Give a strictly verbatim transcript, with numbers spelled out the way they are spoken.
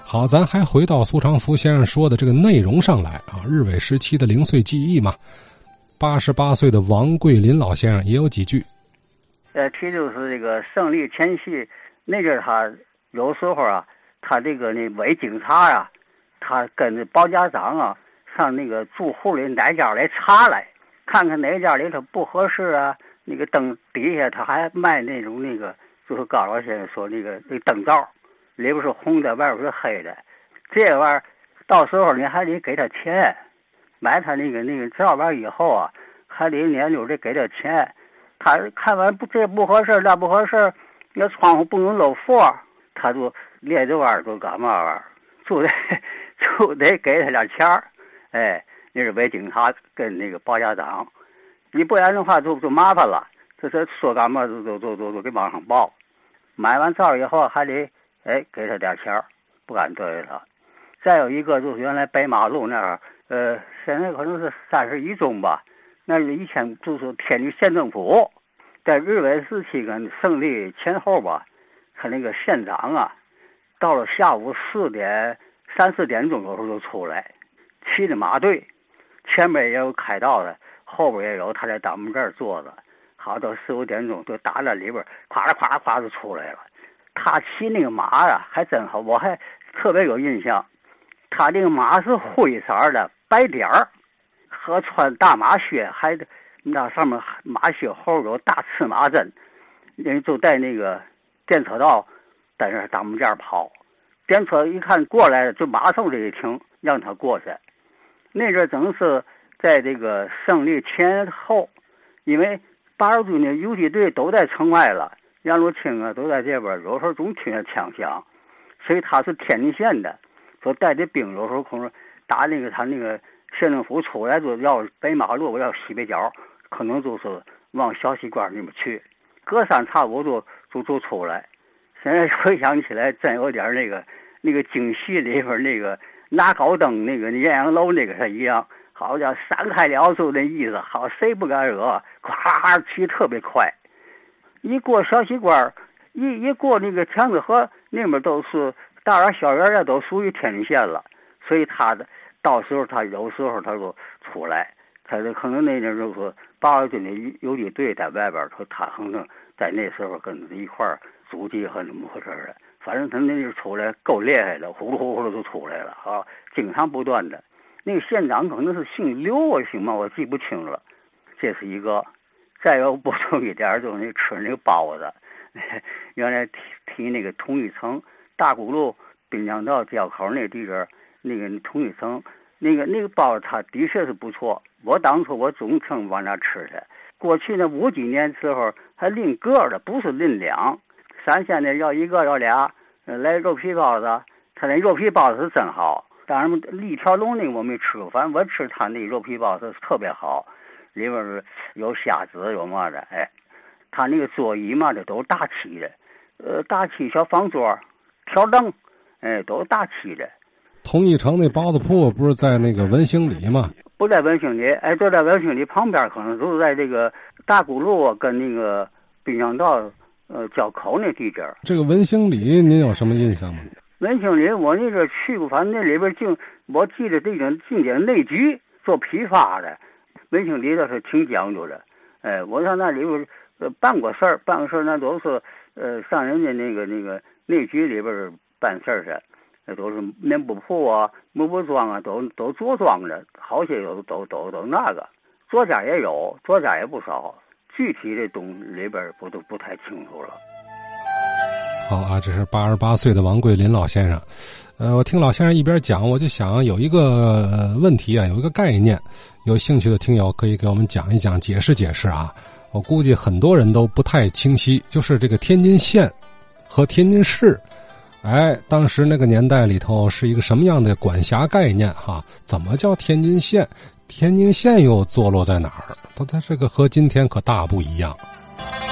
好，咱还回到苏长福先生说的这个内容上来啊，日伪时期的零碎记忆嘛。八十八岁的王桂林老先生也有几句。 呃，提就是这个胜利前夕，那阵他有时候啊，他这个那伪警察啊，他跟着包家长啊，上那个住户里哪家来查来，看看哪家里头不合适啊。那个灯底下他还卖那种那个，就是高老先生说那个那个灯罩，里边是红的，外边是黑的。这玩意儿到时候你还得给他钱，买他那个那个罩完以后啊，还得年就得给他钱。他看完不这不合适那不合适，那窗户不能漏缝，他就咧着弯就干嘛玩，就得就得给他点钱儿。哎，那是伪警察跟那个包家长，你不然的话就就麻烦了。这这说干嘛就就就就就给往上报。买完罩以后还得哎给他点钱儿，不敢得罪他。再有一个就是原来北马路那儿，呃，现在可能是三十一中吧。那以前就是天津县政府，在日伪时期跟胜利前后吧，他那个县长啊，到了下午四点三四点钟有时候就出来，骑着马队，前边也有开道的，后边也有，他在咱们这儿坐着，好到四五点钟就打在里边，咵啦咵啦咵就出来了。他骑那个马呀、啊，还真好，我还特别有印象。他这个马是灰色的，白点儿。和穿大马靴，还那上面马靴后有大刺马针，人就在那个电车道在那咱们这儿跑，电车一看过来了，就马上就一停，让他过去。那阵正是在这个胜利前后，因为八路军的游击队都在城外了，杨露清啊都在这边，有时候总听着枪响，所以他是天津县的，说带着兵，有时候可能打那个他那个。县政府出来就要北马路，要西北角，可能就是往小西关那边去，隔三差五就就就出来。现在回想起来，真有点那个那个京戏里边那个拿高灯那个艳阳楼那个是一样，好像闪开了就那意思，好谁不敢惹，咵骑特别快。一过小西关，一一过那个强子河那边都是大园小园呀，都属于天津县了，所以他的。到时候他有时候他就出来，他就可能那阵就是八路军的游击队在外边，他他可能在那时候跟着一块儿阻击和怎么回事的，反正他那就出来够厉害的，呼噜呼噜就出来了啊，经常不断的。那个县长可能是姓刘啊姓嘛，我记不清了。这是一个。再有补充一点，就是那吃那个包子，原来提提那个同一层大沽路滨江道交口那地方。那个同一层，那个那个包它的确是不错。我当初我总称往那吃去。过去那五几年时候还拎个的，不是拎两。三鲜的要一个要俩，来肉皮包子，他那肉皮包子是真好。当然一条龙那个我没吃过，反正我吃他那肉皮包子特别好，里边有虾子有嘛的，哎，他那个桌椅嘛的都是大漆的，呃，大漆小方桌、条凳，哎，都是大漆的。 同一城那包子铺不是在那个文兴里吗？ 不在文兴里，哎，就在文兴里旁边，可能就是在这个大沽路跟那个滨江道呃交口那地界。这个文兴里您有什么印象吗？ 文兴里我那阵去过，反正那里边净我记得这种经典内局做批发的，文兴里倒是挺讲究的。哎，我上那里边呃办过事儿，办过事儿那都是呃上人家那个那个内局里边办事儿去。那都是棉布铺啊、木布庄啊，都都着装的，好些都都都都那个，作家也有，作家也不少，具体的东里边不都不太清楚了。 好啊，这是八十八岁的王桂林老先生。呃，我听老先生一边讲，我就想有一个问题啊，有一个概念，有兴趣的听友可以给我们讲一讲，解释解释啊。我估计很多人都不太清晰，就是这个天津县和天津市。哎，当时那个年代里头是一个什么样的管辖概念哈？怎么叫天津县？天津县又坐落在哪儿？它它这个和今天可大不一样。